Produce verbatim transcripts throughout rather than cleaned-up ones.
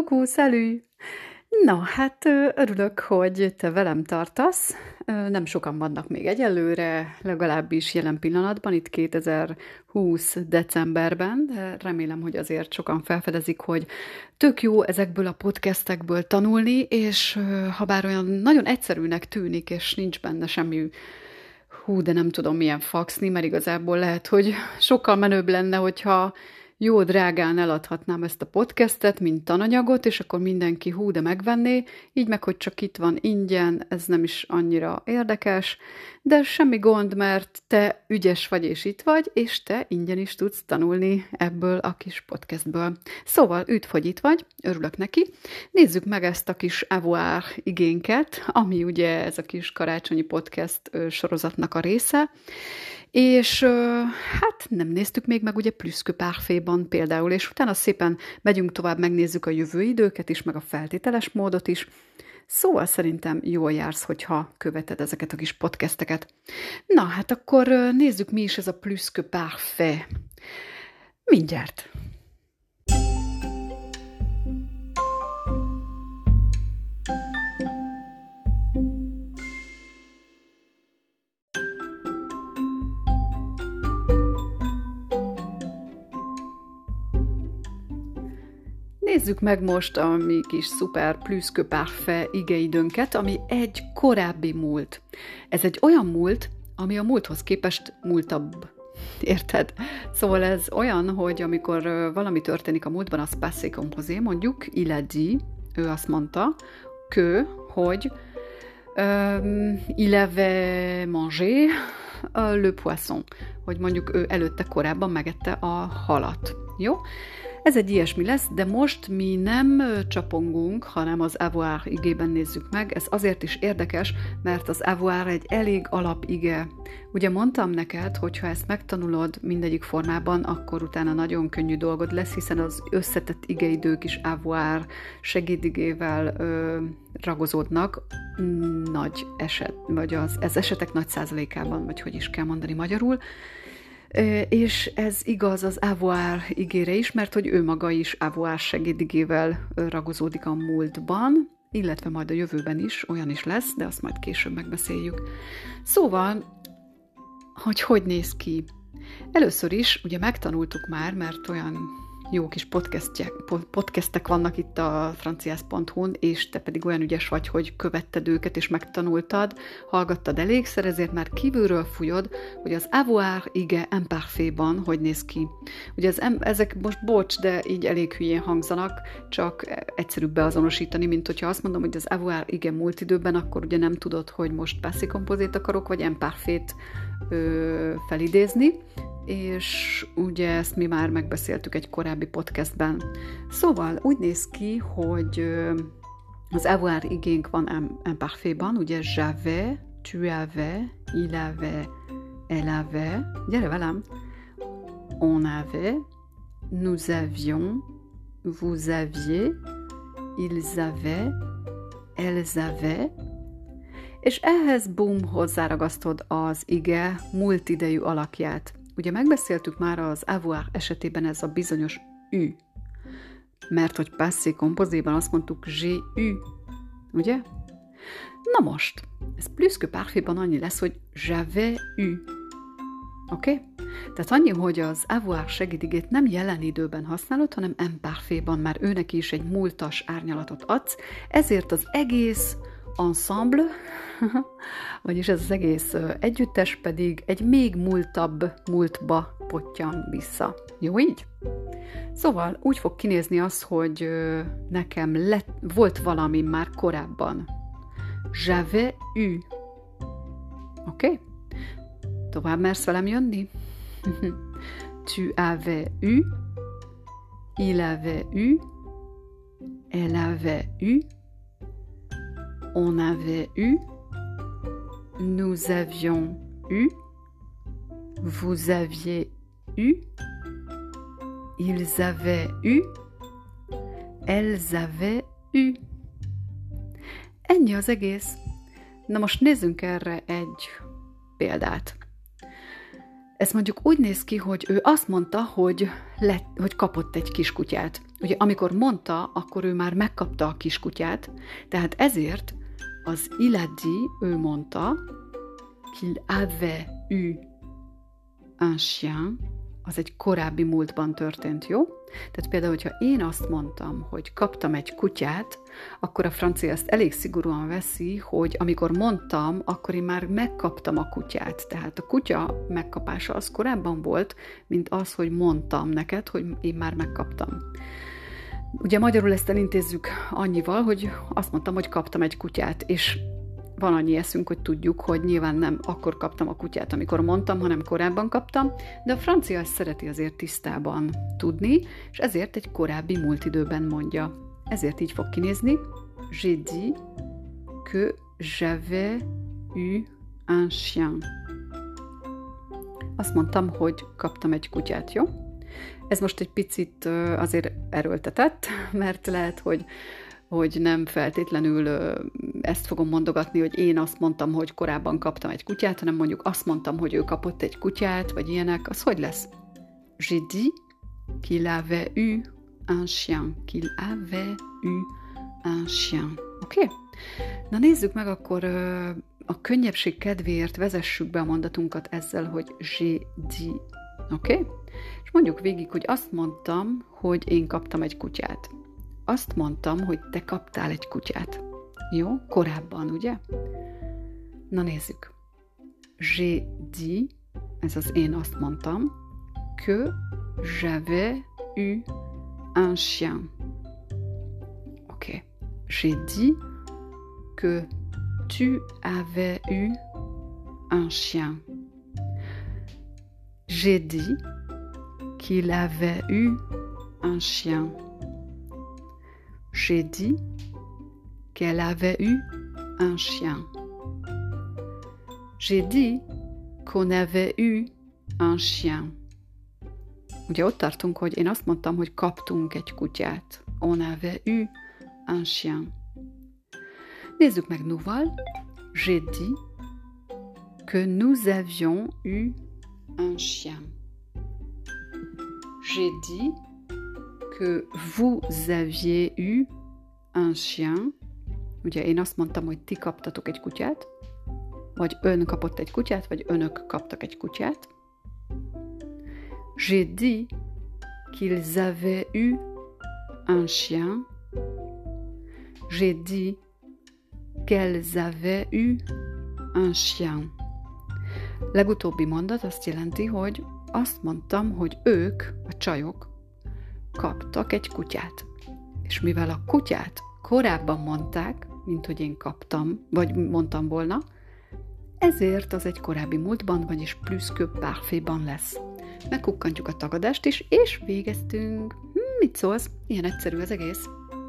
Coucou, salut! Na, hát örülök, hogy te velem tartasz. Nem sokan vannak még egyelőre, legalábbis jelen pillanatban, itt kétezer-húsz decemberben, de remélem, hogy azért sokan felfedezik, hogy tök jó ezekből a podcastekből tanulni, és ha bár olyan nagyon egyszerűnek tűnik, és nincs benne semmi hú, de nem tudom milyen faxni, mert igazából lehet, hogy sokkal menőbb lenne, hogyha jó drágán eladhatnám ezt a podcastet, mint tananyagot, és akkor mindenki hú, de megvenné, így meg, hogy csak itt van ingyen, ez nem is annyira érdekes, de semmi gond, mert te ügyes vagy, és itt vagy, és te ingyen is tudsz tanulni ebből a kis podcastből. Szóval üdv, hogy itt vagy, örülök neki. Nézzük meg ezt a kis avoir igénket, ami ugye ez a kis karácsonyi podcast sorozatnak a része. És hát nem néztük még meg ugye Plus que Parfait-ban például, és utána szépen megyünk tovább, megnézzük a jövő időket is, meg a feltételes módot is. Szóval szerintem jól jársz, hogyha követed ezeket a kis podcasteket. Na, hát akkor nézzük, mi is ez a Plus que Parfait. Mindjárt! Nézzük meg most a mi kis szuper Plus que Parfait igeidőnket, ami egy korábbi múlt. Ez egy olyan múlt, ami a múlthoz képest múltabb. Érted? Szóval ez olyan, hogy amikor valami történik a múltban, az passé composé, mondjuk, il a dit, ő azt mondta, que, hogy um, il avait mangé uh, le poisson, hogy mondjuk ő előtte korábban megette a halat. Jó? Ez egy ilyesmi lesz, de most mi nem csapongunk, hanem az avoir igében nézzük meg. Ez azért is érdekes, mert az avoir egy elég alap ige. Ugye mondtam neked, hogy ha ezt megtanulod mindegyik formában, akkor utána nagyon könnyű dolgod lesz, hiszen az összetett igeidők is avoir segédigével ö, ragozódnak nagy eset, vagy az, ez esetek nagy százalékában, vagy hogy is kell mondani magyarul. És ez igaz az avoir igére is, mert hogy ő maga is avoir segédigével ragozódik a múltban, illetve majd a jövőben is, olyan is lesz, de azt majd később megbeszéljük. Szóval, hogy hogy néz ki? Először is, ugye megtanultuk már, mert olyan jó kis podcastek vannak itt a franciász pont hu-n, és te pedig olyan ügyes vagy, hogy követted őket, és megtanultad, hallgattad elégszer, ezért már kívülről fújod, hogy az avoir ige imparfait-ban hogy néz ki. Ugye az, ezek most bocs, de így elég hülyén hangzanak, csak egyszerűbb beazonosítani, mint hogyha azt mondom, hogy az avoir ige múlt időben, akkor ugye nem tudod, hogy most passé composét akarok, vagy imparfait ö, felidézni, és ugye ezt mi már megbeszéltük egy korábbi podcastben. Szóval úgy néz ki, hogy az avoir igénk van imparfait-ban, ugye j'avais, tu avais, il avait, elle avait, gyere velem, on avait, nous avions, vous aviez, ils avaient, elles avaient, és ehhez bum, hozzáragasztod az ige múlt idejű alakját. Ugye megbeszéltük már az avoir esetében ez a bizonyos ü, mert hogy passé composéban azt mondtuk j'ai eu, ugye? Na most, ez plus que parfait-ban annyi lesz, hogy j'avais eu, oké? Okay? Tehát annyi, hogy az avoir segédigét nem jelen időben használod, hanem imparfait-ban már őnek is egy múltas árnyalatot adsz, ezért az egész ensemble, vagyis ez az egész együttes pedig egy még múltabb múltba pottyan vissza. Jó így? Szóval úgy fog kinézni az, hogy nekem lett, volt valami már korábban. J'avais eu. Oké? Okay? Tovább mersz velem jönni? Tu avais eu. Il avait eu. Elle avait eu. On avait eu, nous avions eu, vous aviez eu, ils avaient eu, elles avaient eu. Ennyi az egész. Na most nézzünk erre egy példát. Ez mondjuk úgy néz ki, hogy ő azt mondta, hogy, lett, hogy kapott egy kiskutyát. Ugye amikor mondta, akkor ő már megkapta a kiskutyát, tehát ezért az il a dit, ő mondta, qu'il avait eu un chien, az egy korábbi múltban történt, jó? Tehát például, hogyha én azt mondtam, hogy kaptam egy kutyát, akkor a francia ezt elég szigorúan veszi, hogy amikor mondtam, akkor én már megkaptam a kutyát. Tehát a kutya megkapása az korábban volt, mint az, hogy mondtam neked, hogy én már megkaptam. Ugye magyarul ezt elintézzük annyival, hogy azt mondtam, hogy kaptam egy kutyát, és van annyi eszünk, hogy tudjuk, hogy nyilván nem akkor kaptam a kutyát, amikor mondtam, hanem korábban kaptam, de a francia ezt szereti azért tisztában tudni, és ezért egy korábbi múlt időben mondja. Ezért így fog kinézni. J'ai dit que j'avais eu un chien. Azt mondtam, hogy kaptam egy kutyát, jó? Ez most egy picit azért erőltetett, mert lehet, hogy hogy nem feltétlenül ezt fogom mondogatni, hogy én azt mondtam, hogy korábban kaptam egy kutyát, hanem mondjuk azt mondtam, hogy ő kapott egy kutyát, vagy ilyenek, az hogy lesz? J'ai dit qu'il avait eu un chien. Qu'il avait eu un chien. Oké? Okay? Na nézzük meg akkor a könnyebbség kedvéért vezessük be a mondatunkat ezzel, hogy j'ai dit. Oké? Okay? És mondjuk végig, hogy azt mondtam, hogy én kaptam egy kutyát. Azt mondtam, hogy te kaptál egy kutyát. Jó? Korábban, ugye? Na nézzük. J'ai dit, ez az én azt mondtam, que j'avais eu un chien. Oké. Okay. J'ai dit que tu avais eu un chien. J'ai dit qu'il avait eu un chien. J'ai dit qu'elle avait eu un chien. J'ai dit qu'on avait eu un chien. Ugye ott tartunk, hogy én azt mondtam, hogy kaptunk egy kutyát. On avait eu un chien. Nézzük meg Nuval. J'ai dit que nous avions eu un chien. J'ai dit que vous aviez eu un chien. Ugye én azt mondtam, hogy ti kaptatok egy kutyát, vagy ön kapott egy kutyát, vagy önök kaptak egy kutyát. J'ai dit qu'ils avaient eu un chien. J'ai dit qu'elles avaient eu un chien. Legutóbbi mondat azt jelenti, hogy azt mondtam, hogy ők, a csajok, kaptak egy kutyát. És mivel a kutyát korábban mondták, mint hogy én kaptam, vagy mondtam volna, ezért az egy korábbi múltban, vagyis plus que parfaitban lesz. Megkukkantjuk a tagadást is, és végeztünk. Hm, mit szólsz? Ilyen egyszerű az egész.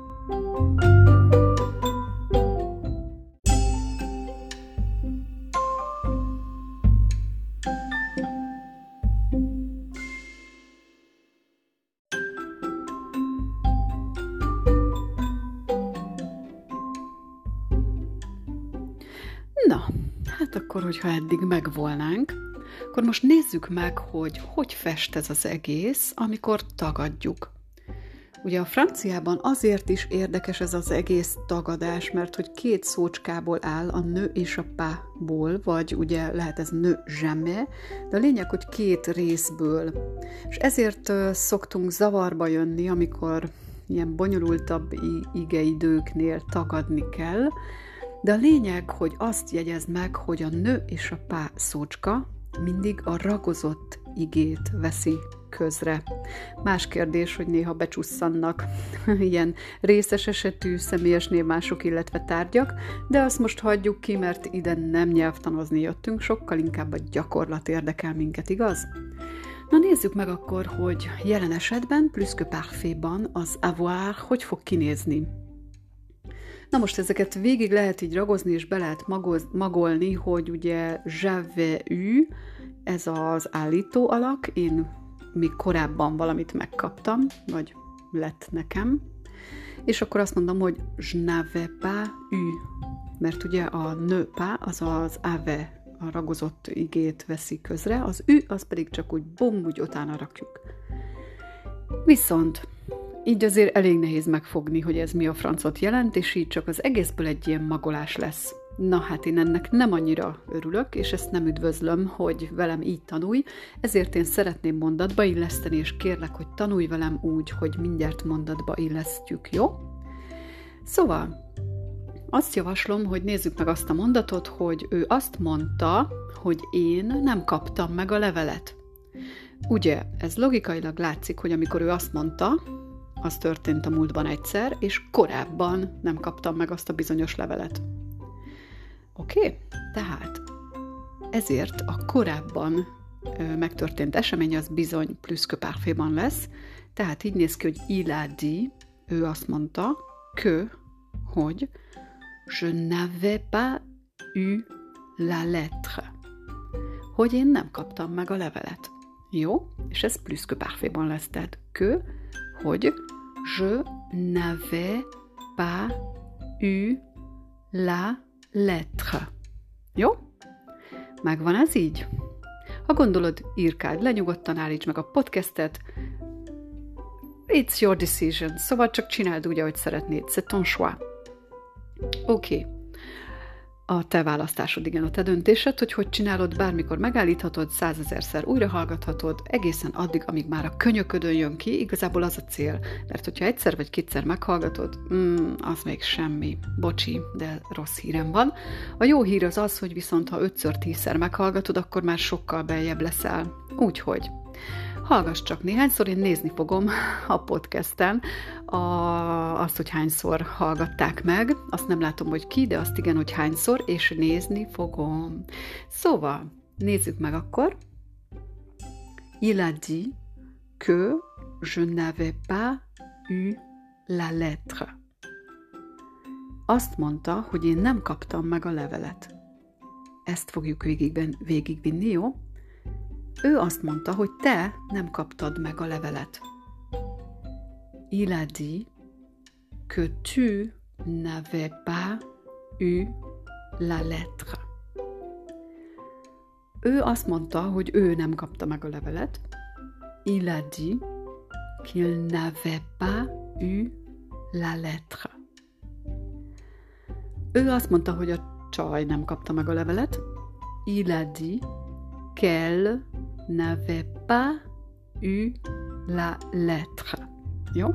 Na, hát akkor, hogyha eddig megvolnánk, akkor most nézzük meg, hogy hogy fest ez az egész, amikor tagadjuk. Ugye a franciában azért is érdekes ez az egész tagadás, mert hogy két szócskából áll, a ne és a pas-ból, vagy ugye lehet ez ne jamais, de a lényeg, hogy két részből. És ezért szoktunk zavarba jönni, amikor ilyen bonyolultabb igeidőknél tagadni kell, de a lényeg, hogy azt jegyezd meg, hogy a ne és a pas szócska mindig a ragozott igét veszi közre. Más kérdés, hogy néha becsusszannak ilyen részes esetű személyes névmások, illetve tárgyak, de azt most hagyjuk ki, mert ide nem nyelvtanozni jöttünk, sokkal inkább a gyakorlat érdekel minket, igaz? Na nézzük meg akkor, hogy jelen esetben, plus que parfaitban az avoir hogy fog kinézni. Na most ezeket végig lehet így ragozni, és be lehet magoz, magolni, hogy ugye j'avais eu, ez az állító alak, én még korábban valamit megkaptam, vagy lett nekem, és akkor azt mondom, hogy je n'avais pas eu, mert ugye a ne pas, az az avait, a ragozott igét veszi közre, az ü, az pedig csak úgy bum, úgy utána rakjuk. Viszont így azért elég nehéz megfogni, hogy ez mi a francot jelent, és így csak az egészből egy ilyen magolás lesz. Na hát én ennek nem annyira örülök, és ezt nem üdvözlöm, hogy velem így tanulj, ezért én szeretném mondatba illeszteni, és kérlek, hogy tanulj velem úgy, hogy mindjárt mondatba illesztjük, jó? Szóval, azt javaslom, hogy nézzük meg azt a mondatot, hogy ő azt mondta, hogy én nem kaptam meg a levelet. Ugye, ez logikailag látszik, hogy amikor ő azt mondta, az történt a múltban egyszer, és korábban nem kaptam meg azt a bizonyos levelet. Oké? Okay? Tehát ezért a korábban ö, megtörtént esemény az bizony plusz que parfait-ban lesz, tehát így néz ki, hogy il a dit, ő azt mondta, que, hogy je n'avais pas eu la lettre, hogy én nem kaptam meg a levelet. Jó? És ez plusz que parfait-ban lesz, tehát que, hogy je n'avais pas eu la lettre. Jó? Megvan ez így? Ha gondolod, írkáld le, nyugodtan állíts meg a podcastet. It's your decision, szóval csak csináld úgy, ahogy szeretnéd. C'est ton choix. Oké. Okay. A te választásod, igen, a te döntésed, hogy hogy csinálod, bármikor megállíthatod, százezerszer újra hallgathatod, egészen addig, amíg már a könyöködön jön ki, igazából az a cél. Mert hogyha egyszer vagy kétszer meghallgatod, mm, az még semmi. Bocsi, de rossz hírem van. A jó hír az az, hogy viszont ha ötször, tízszer meghallgatod, akkor már sokkal beljebb leszel. Úgyhogy hallgass csak néhányszor, én nézni fogom a podcasten a, azt, hogy hányszor hallgatták meg. Azt nem látom, hogy ki, de azt igen, hogy hányszor, és nézni fogom. Szóval, nézzük meg akkor. Il a dit que je n'avais pas eu la lettre. Azt mondta, hogy én nem kaptam meg a levelet. Ezt fogjuk végigben, végigvinni, jó? Ő azt mondta, hogy te nem kaptad meg a levelet. Il a dit que tu n'avais pas eu la lettre. Ő azt mondta, hogy ő nem kapta meg a levelet. Il a dit qu'il n'avait pas eu la lettre. Ő azt mondta, hogy a csaj nem kapta meg a levelet. Il a dit qu'elle n'avait pas eu la lettre. Jó?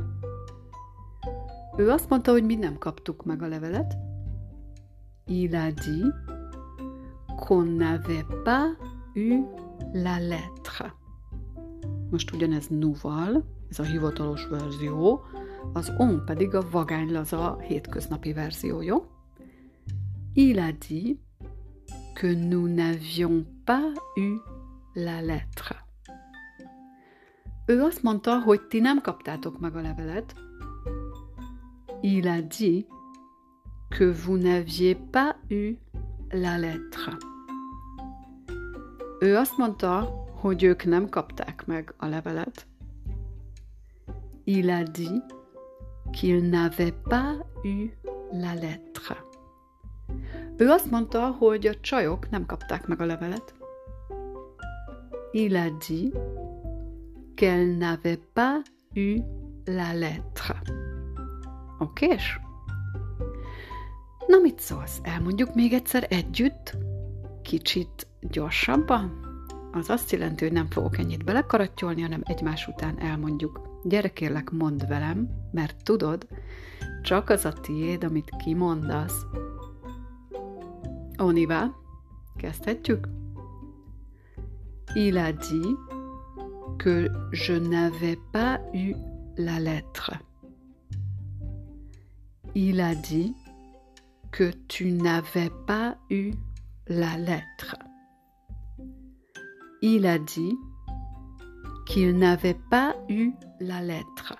Ő azt mondta, hogy mi nem kaptuk meg a levelet. Il a dit qu'on n'avait pas eu la lettre. Most ugyanez nous-val, ez a hivatalos verzió, az on pedig a vagánylaza hétköznapi verzió, jó? Il a dit que nous n'avions pas eu la lettre. Ő azt mondta, hogy ti nem kaptátok meg a levelet. Il a dit que vous n'aviez pas eu la lettre. Ő azt mondta, hogy ők nem kapták meg a levelet. Il a dit qu'il n'avait pas eu la lettre. Ő azt mondta, hogy a csajok nem kapták meg a levelet. Il a dit qu'elle n'avait pas eu la lettre. Okés? Na, mit szólsz? Elmondjuk még egyszer együtt? Kicsit gyorsabban? Az azt jelenti, hogy nem fogok ennyit belekarattyolni, hanem egymás után elmondjuk. Gyere kérlek, mondd velem, mert tudod, csak az a tiéd, amit kimondasz. On y va? Kezdhetjük? Il a dit que je n'avais pas eu la lettre. Il a dit que tu n'avais pas eu la lettre. Il a dit qu'il n'avait pas eu la lettre.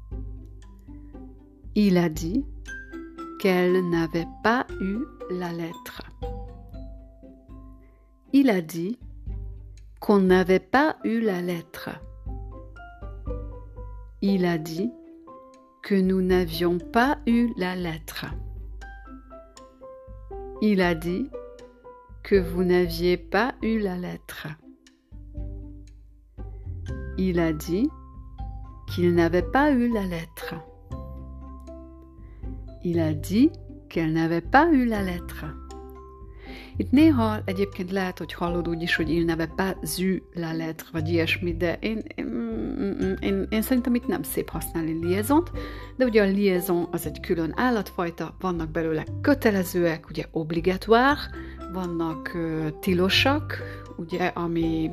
Il a dit qu'elle n'avait pas eu la lettre. Il a dit qu'on n'avait pas eu la lettre. Il a dit que nous n'avions pas eu la lettre. Il a dit que vous n'aviez pas eu la lettre. Il a dit qu'il n'avait pas eu la lettre. Il a dit qu'elle n'avait pas eu la lettre. Itt néha egyébként lehet, hogy hallod úgy is, hogy il n'avait pas eu la lettre, vagy ilyesmi, de én, én, én, én szerintem itt nem szép használni liaisont, de ugye a liaison az egy külön állatfajta, vannak belőle kötelezőek, ugye obligatoire, vannak uh, tilosak, ugye, ami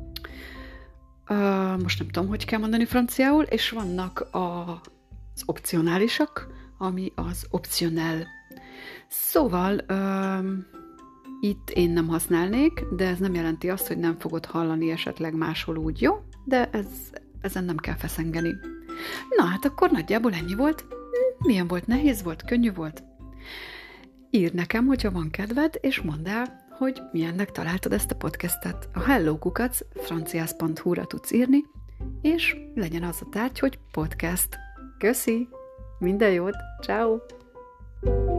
uh, most nem tudom, hogy kell mondani franciául, és vannak a, az opcionálisak, ami az optionnel. Szóval uh, itt én nem használnék, de ez nem jelenti azt, hogy nem fogod hallani esetleg máshol úgy, jó? De ez, ezen nem kell feszengeni. Na hát akkor nagyjából ennyi volt. Milyen volt? Nehéz volt? Könnyű volt? Írd nekem, hogyha van kedved, és mondd el, hogy milyennek találtad ezt a podcastet. A hellokukac franciász pont hu-ra tudsz írni, és legyen az a tárgy, hogy podcast. Köszi! Minden jót! Ciao.